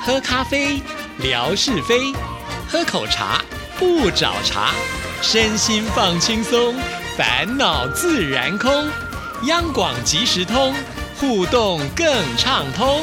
喝咖啡，聊是非；喝口茶，不找茬。身心放轻松，烦恼自然空。央广即时通，互动更畅通。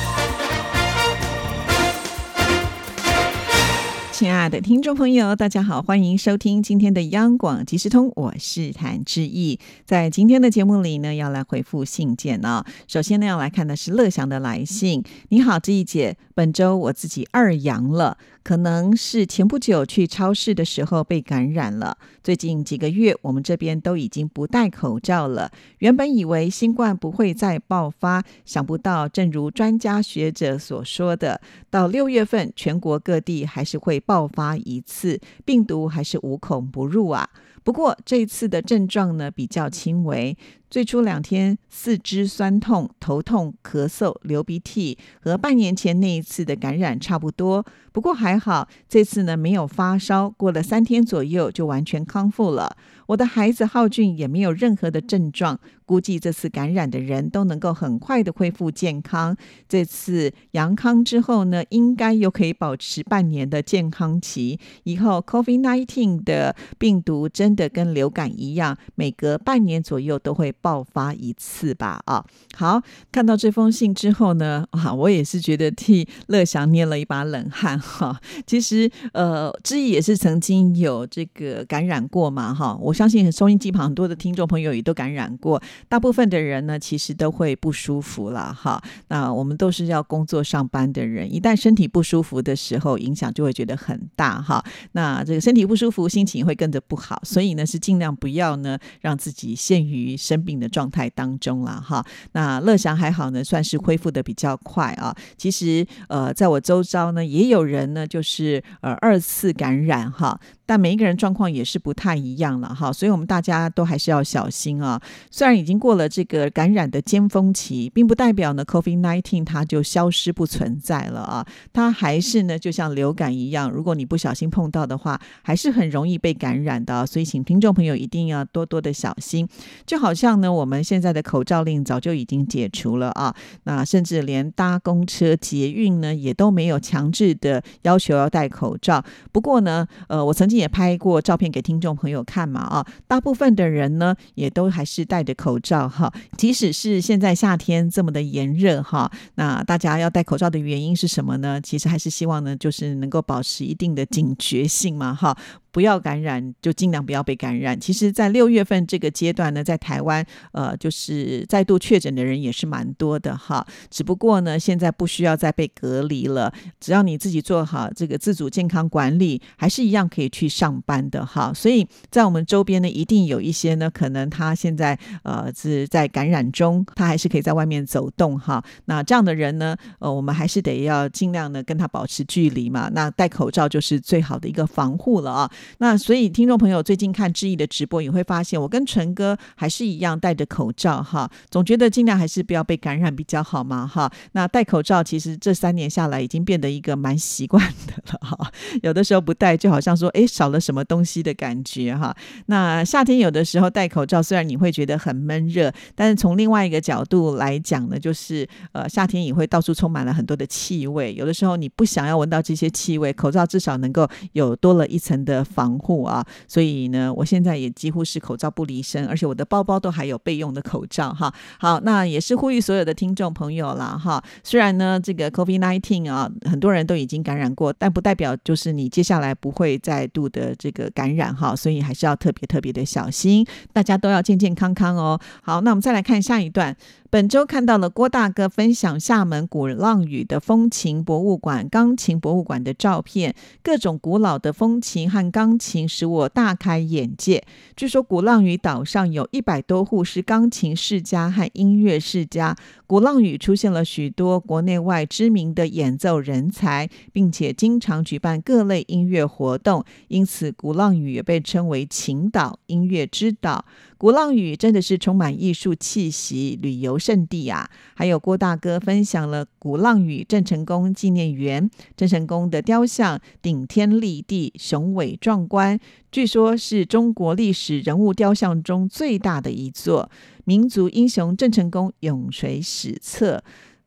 亲爱的听众朋友，大家好，欢迎收听今天的央广即时通，我是谭志毅。在今天的节目里呢，要来回复信件哦。首先呢，要来看的是乐祥的来信。你好，志毅姐，本周我自己2阳了，可能是前不久去超市的时候被感染了。最近几个月，我们这边都已经不戴口罩了。原本以为新冠不会再爆发，想不到正如专家学者所说的，到6月份，全国各地还是会爆发一次，病毒还是无孔不入啊。不过这一次的症状呢比较轻微，最初2天四肢酸痛、头痛、咳嗽、流鼻涕，和半年前那一次的感染差不多。不过还好，这次呢没有发烧，过了3天左右就完全康复了。我的孩子浩俊也没有任何的症状，估计这次感染的人都能够很快的恢复健康。这次阳康之后呢，应该又可以保持半年的健康期。以后 COVID-19 的病毒真的跟流感一样，每隔半年左右都会爆发一次吧啊。好，看到这封信之后呢，我也是觉得替乐祥捏了一把冷汗哈。其实志毅也是曾经有这个感染过嘛哈，我相信收音机旁很多的听众朋友也都感染过，大部分的人呢其实都会不舒服啦哈。那我们都是要工作上班的人，一旦身体不舒服的时候，影响就会觉得很大哈。那这个身体不舒服，心情会跟着不好，所以呢是尽量不要呢让自己陷于生病的状态当中啦哈。那乐祥还好呢，算是恢复的比较快啊。其实在我周遭呢也有人呢就是2次感染哈，但每一个人状况也是不太一样了哈，所以我们大家都还是要小心啊。虽然已经过了这个感染的尖峰期，并不代表呢 COVID-19 它就消失不存在了啊，它还是呢就像流感一样，如果你不小心碰到的话，还是很容易被感染的啊，所以请听众朋友一定要多多的小心。就好像呢我们现在的口罩令早就已经解除了啊，那甚至连搭公车捷运呢也都没有强制的要求要戴口罩。不过呢我曾经也拍过照片给听众朋友看嘛啊，大部分的人呢也都还是戴着口罩哈，即使是现在夏天这么的炎热哈，那大家要戴口罩的原因是什么呢？其实还是希望呢就是能够保持一定的警觉性嘛哈，不要感染就尽量不要被感染。其实在6月份这个阶段呢，在台湾就是再度确诊的人也是蛮多的哈，只不过呢现在不需要再被隔离了，只要你自己做好这个自主健康管理，还是一样可以去上班的哈。所以在我们周边呢一定有一些呢可能他现在是在感染中，他还是可以在外面走动哈。那这样的人呢我们还是得要尽量的跟他保持距离嘛，那戴口罩就是最好的一个防护了啊。那所以听众朋友最近看志毅的直播也会发现，我跟纯哥还是一样戴着口罩哈，总觉得尽量还是不要被感染比较好嘛哈。那戴口罩其实这3年下来已经变得一个蛮习惯的了哈，有的时候不戴就好像说少了什么东西的感觉哈。那夏天有的时候戴口罩，虽然你会觉得很闷热，但是从另外一个角度来讲呢，就是夏天也会到处充满了很多的气味，有的时候你不想要闻到这些气味，口罩至少能够有多了一层的防护啊。所以呢我现在也几乎是口罩不离身，而且我的包包都还有备用的口罩哈。好，那也是呼吁所有的听众朋友啦哈，虽然呢这个 COVID-19 啊很多人都已经感染过，但不代表就是你接下来不会再度的这个感染哈，所以还是要特别的小心，大家都要健健康康哦。好，那我们再来看下一段。本周看到了郭大哥分享厦门鼓浪屿的风琴博物馆、钢琴博物馆的照片，各种古老的风琴和钢琴使我大开眼界。据说鼓浪屿岛上有100多户是钢琴世家和音乐世家，鼓浪屿出现了许多国内外知名的演奏人才，并且经常举办各类音乐活动，因此鼓浪屿也被称为琴岛、音乐之岛。鼓浪屿真的是充满艺术气息，旅游胜地啊！还有郭大哥分享了鼓浪屿郑成功纪念园，郑成功的雕像顶天立地，雄伟壮观，据说是中国历史人物雕像中最大的一座。民族英雄郑成功永垂史册。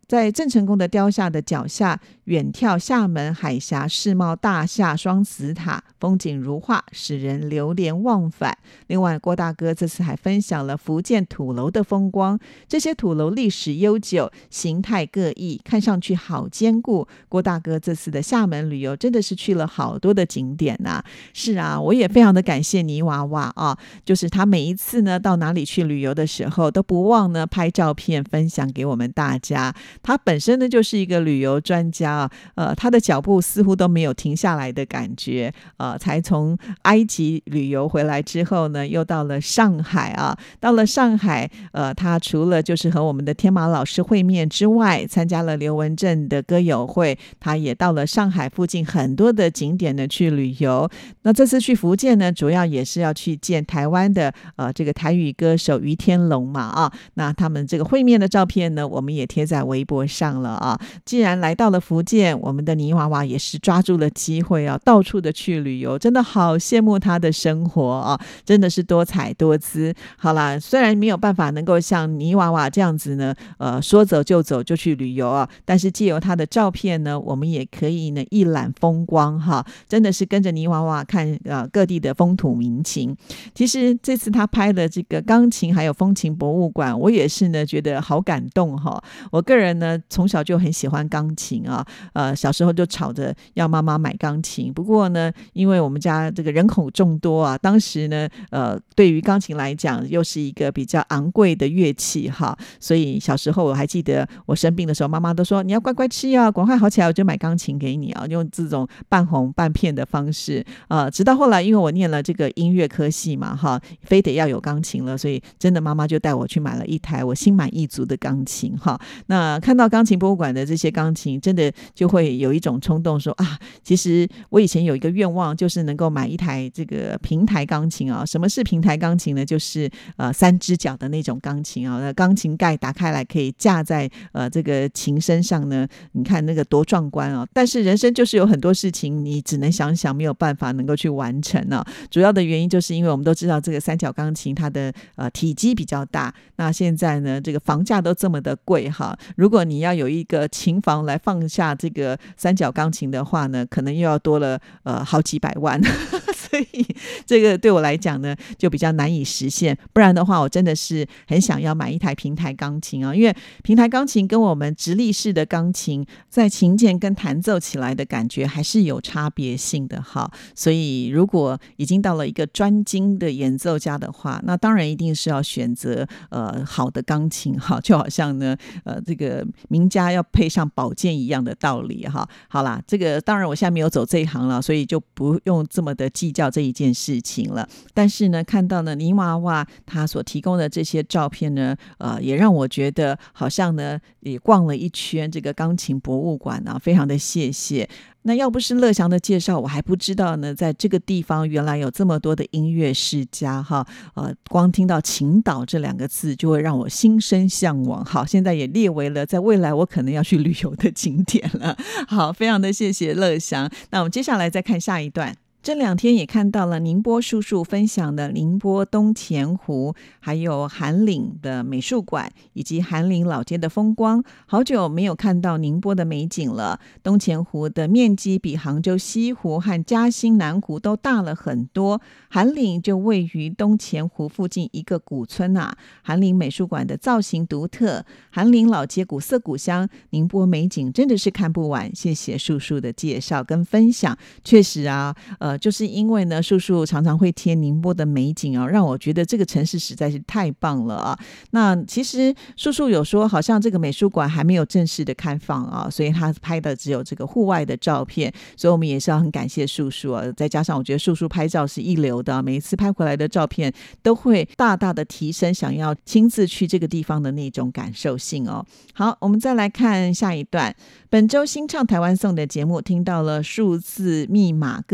在郑成功的雕像的脚下远眺厦门海峡，世贸大厦双子塔，风景如画，使人流连忘返。另外郭大哥这次还分享了福建土楼的风光，这些土楼历史悠久，形态各异，看上去好坚固。郭大哥这次的厦门旅游真的是去了好多的景点啊。是啊，我也非常的感谢泥娃娃啊，就是他每一次呢到哪里去旅游的时候都不忘呢拍照片分享给我们大家。他本身呢就是一个旅游专家啊，他的脚步似乎都没有停下来的感觉，才从埃及旅游回来之后呢，又到了上海啊。到了上海，他除了就是和我们的天马老师会面之外，参加了刘文正的歌友会，他也到了上海附近很多的景点呢去旅游。那这次去福建呢，主要也是要去见台湾的这个台语歌手于天龙嘛啊。那他们这个会面的照片呢，我们也贴在微博上了啊。既然来到了福建，我们的泥娃娃也是抓住了机会啊，到处的去旅游，真的好羡慕他的生活啊，真的是多彩多姿。好啦，虽然没有办法能够像泥娃娃这样子呢，说走就走就去旅游啊，但是借由他的照片呢，我们也可以呢一览风光哈，真的是跟着泥娃娃看各地的风土民情。其实这次他拍的这个钢琴还有风琴博物馆，我也是呢觉得好感动哈。我个人呢从小就很喜欢钢琴啊，小时候就吵着要妈妈买钢琴。不过呢，因为我们家这个人口众多啊，当时呢对于钢琴来讲又是一个比较昂贵的乐器哈，所以小时候我还记得我生病的时候，妈妈都说你要乖乖吃药，赶快好起来我就买钢琴给你啊，用这种半哄半骗的方式直到后来因为我念了这个音乐科系嘛哈，非得要有钢琴了，所以真的妈妈就带我去买了一台我心满意足的钢琴哈。那看到钢琴博物馆的这些钢琴，真的就会有一种冲动说啊，其实我以前有一个愿望，就是能够买一台这个平台钢琴啊。什么是平台钢琴呢？就是3只脚的那种钢琴啊，钢琴盖打开来可以架在这个琴身上呢，你看那个多壮观啊！但是人生就是有很多事情你只能想想，没有办法能够去完成啊。主要的原因就是因为我们都知道这个3角钢琴它的体积比较大，那现在呢这个房价都这么的贵哈，如果你要有一个琴房来放下这个3角钢琴的话呢，可能又要多了好几百万所以这个对我来讲呢就比较难以实现。不然的话我真的是很想要买一台平台钢琴啊，因为平台钢琴跟我们直立式的钢琴在琴键跟弹奏起来的感觉还是有差别性的哈。所以如果已经到了一个专精的演奏家的话，那当然一定是要选择好的钢琴哈，就好像呢这个名家要配上宝剑一样的道理哈。好啦，这个当然我现在没有走这一行了，所以就不用这么的计较这一件事情了。但是呢看到呢泥娃娃他所提供的这些照片呢也让我觉得好像呢也逛了一圈这个钢琴博物馆啊，非常的谢谢。那要不是乐祥的介绍，我还不知道呢在这个地方原来有这么多的音乐世家哈。光听到秦岛这2个字就会让我心生向往。好，现在也列为了在未来我可能要去旅游的景点了。好，非常的谢谢乐祥。那我们接下来再看下一段。这2天也看到了宁波叔叔分享的宁波东钱湖，还有韩岭的美术馆，以及韩岭老街的风光。好久没有看到宁波的美景了。东钱湖的面积比杭州西湖和嘉兴南湖都大了很多。韩岭就位于东钱湖附近一个古村啊。韩岭美术馆的造型独特，韩岭老街古色古香，宁波美景真的是看不完。谢谢叔叔的介绍跟分享。确实啊就是因为呢叔叔常常会贴宁波的美景啊，让我觉得这个城市实在是太棒了啊。那其实叔叔有说好像这个美术馆还没有正式的开放啊，所以他拍的只有这个户外的照片，所以我们也是要很感谢叔叔啊。再加上我觉得叔叔拍照是一流的每一次拍回来的照片都会大大的提升想要亲自去这个地方的那种感受性哦。好，我们再来看下一段。本周新唱台湾颂的节目听到了数字密码歌曲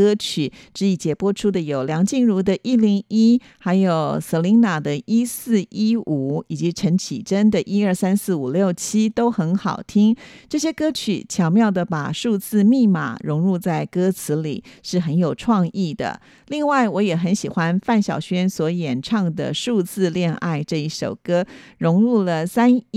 曲，志毅姐播出的有梁静茹的101，还有 Selina 的1415，以及陈绮贞的1234567，都很好听。这些歌曲巧妙地把数字密码融入在歌词里，是很有创意的。另外我也很喜欢范晓萱所演唱的数字恋爱这一首歌，融入了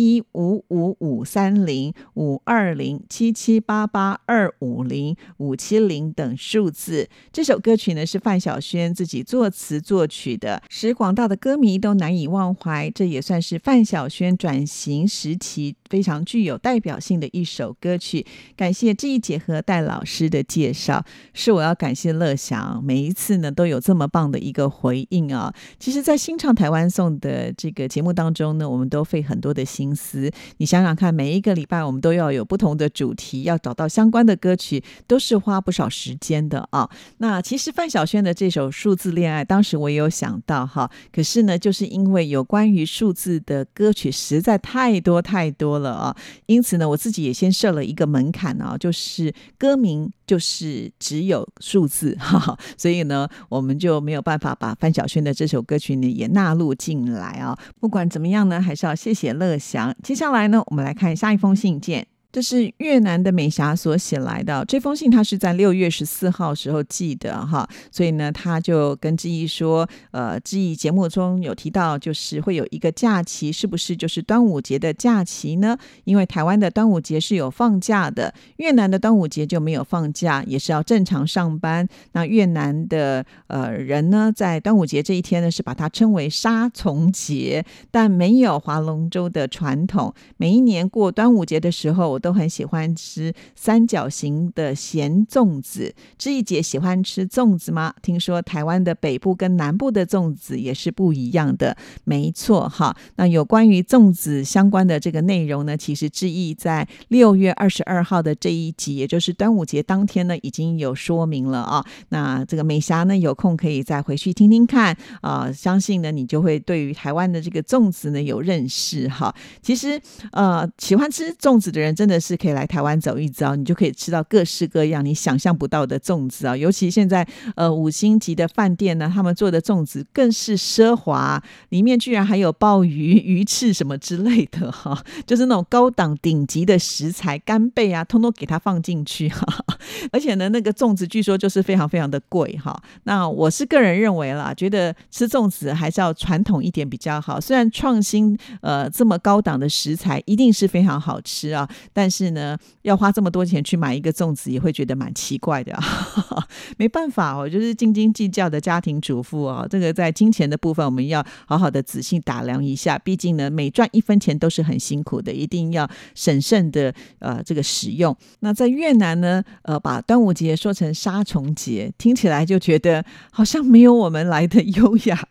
3155530、520、7788、250、570等数字。这首歌曲呢是范晓萱自己作词作曲的，使广大的歌迷都难以忘怀。这也算是范晓萱转型时期非常具有代表性的一首歌曲。感谢志毅姐和戴老师的介绍，是我要感谢乐享，每一次呢都有这么棒的一个回应啊。其实在新唱台湾颂的这个节目当中呢，我们都费很多的心思，你想想看，每一个礼拜我们都要有不同的主题，要找到相关的歌曲，都是花不少时间的啊。那其实范晓萱的这首数字恋爱，当时我也有想到哈，可是呢就是因为有关于数字的歌曲实在太多太多了啊，因此呢我自己也先设了一个门槛啊，就是歌名就是只有数字所以呢我们就没有办法把范晓萱的这首歌曲呢也纳入进来啊。不管怎么样呢，还是要谢谢乐祥。接下来呢我们来看下一封信件，这是越南的美霞所写来的，这封信他是在6月14号时候寄的哈，所以呢他就跟志毅说志毅节目中有提到就是会有一个假期，是不是就是端午节的假期呢？因为台湾的端午节是有放假的，越南的端午节就没有放假，也是要正常上班。那越南的人呢在端午节这一天呢是把它称为杀虫节，但没有划龙舟的传统。每一年过端午节的时候，我都很喜欢吃三角形的咸粽子。志毅姐喜欢吃粽子吗？听说台湾的北部跟南部的粽子也是不一样的。没错哈，那有关于粽子相关的这个内容呢，其实志毅在6月22号的这一集，也就是端午节当天呢已经有说明了啊。那这个美霞呢有空可以再回去听听看相信呢你就会对于台湾的这个粽子呢有认识哈。其实喜欢吃粽子的人真的是可以来台湾走一遭，你就可以吃到各式各样你想象不到的粽子啊。尤其现在5星级的饭店呢，他们做的粽子更是奢华，里面居然还有鲍鱼、鱼翅什么之类的哈，就是那种高档顶级的食材，干贝啊通通给它放进去哈。而且呢那个粽子据说就是非常非常的贵哈。那我是个人认为啦，觉得吃粽子还是要传统一点比较好。虽然创新这么高档的食材一定是非常好吃啊，但是呢要花这么多钱去买一个粽子也会觉得蛮奇怪的没办法我就是斤斤计较的家庭主妇这个在金钱的部分我们要好好的仔细打量一下，毕竟呢每赚1分钱都是很辛苦的，一定要审慎的这个使用。那在越南呢把端午节说成杀虫节，听起来就觉得好像没有我们来的优雅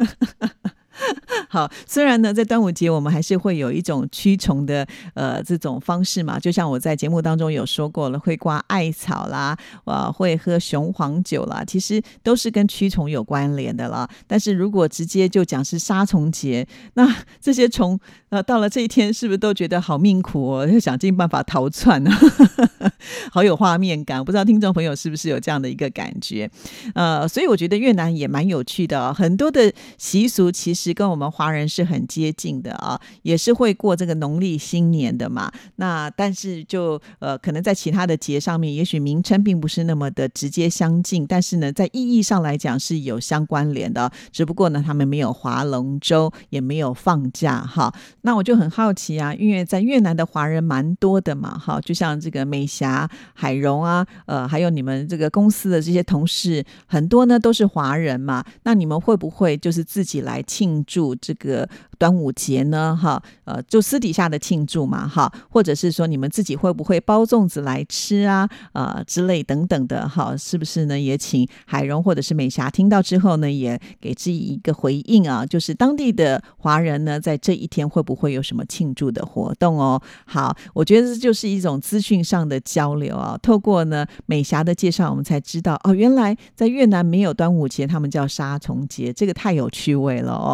好，虽然呢在端午节我们还是会有一种驱虫的这种方式嘛，就像我在节目当中有说过了，会刮艾草啦会喝雄黄酒啦，其实都是跟驱虫有关联的啦。但是如果直接就讲是杀虫节，那这些虫到了这一天是不是都觉得好命苦就想尽办法逃窜好有画面感，不知道听众朋友是不是有这样的一个感觉所以我觉得越南也蛮有趣的很多的习俗其实跟我们华人是很接近的也是会过这个农历新年的嘛。那但是就可能在其他的节上面也许名称并不是那么的直接相近，但是呢在意义上来讲是有相关联的只不过呢他们没有划龙舟也没有放假那我就很好奇因为在越南的华人蛮多的嘛就像这个美霞、海荣还有你们这个公司的这些同事很多呢都是华人嘛，那你们会不会就是自己来庆祝这个端午节呢就私底下的庆祝嘛或者是说你们自己会不会包粽子来吃之类等等的是不是呢也请海荣或者是美霞听到之后呢也给自己一个回应就是当地的华人呢在这一天会不会有什么庆祝的活动好，我觉得这就是一种资讯上的交流透过呢美霞的介绍我们才知道原来在越南没有端午节，他们叫杀虫节，这个太有趣味了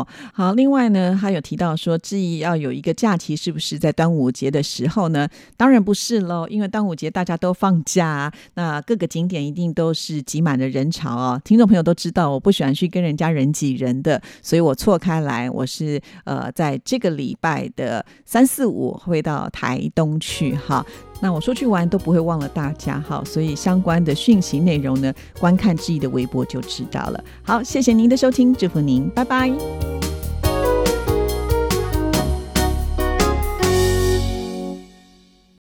好，另外呢，他有提到说志毅要有一个假期，是不是在端午节的时候呢？当然不是咯，因为端午节大家都放假那各个景点一定都是挤满了人潮哦。听众朋友都知道我不喜欢去跟人家人挤人的，所以我错开来，我是在这个礼拜的3、4、5会到台东去哈。那我说去玩都不会忘了大家哈，所以相关的讯息内容呢，观看志毅的微博就知道了。好，谢谢您的收听，祝福您，拜拜。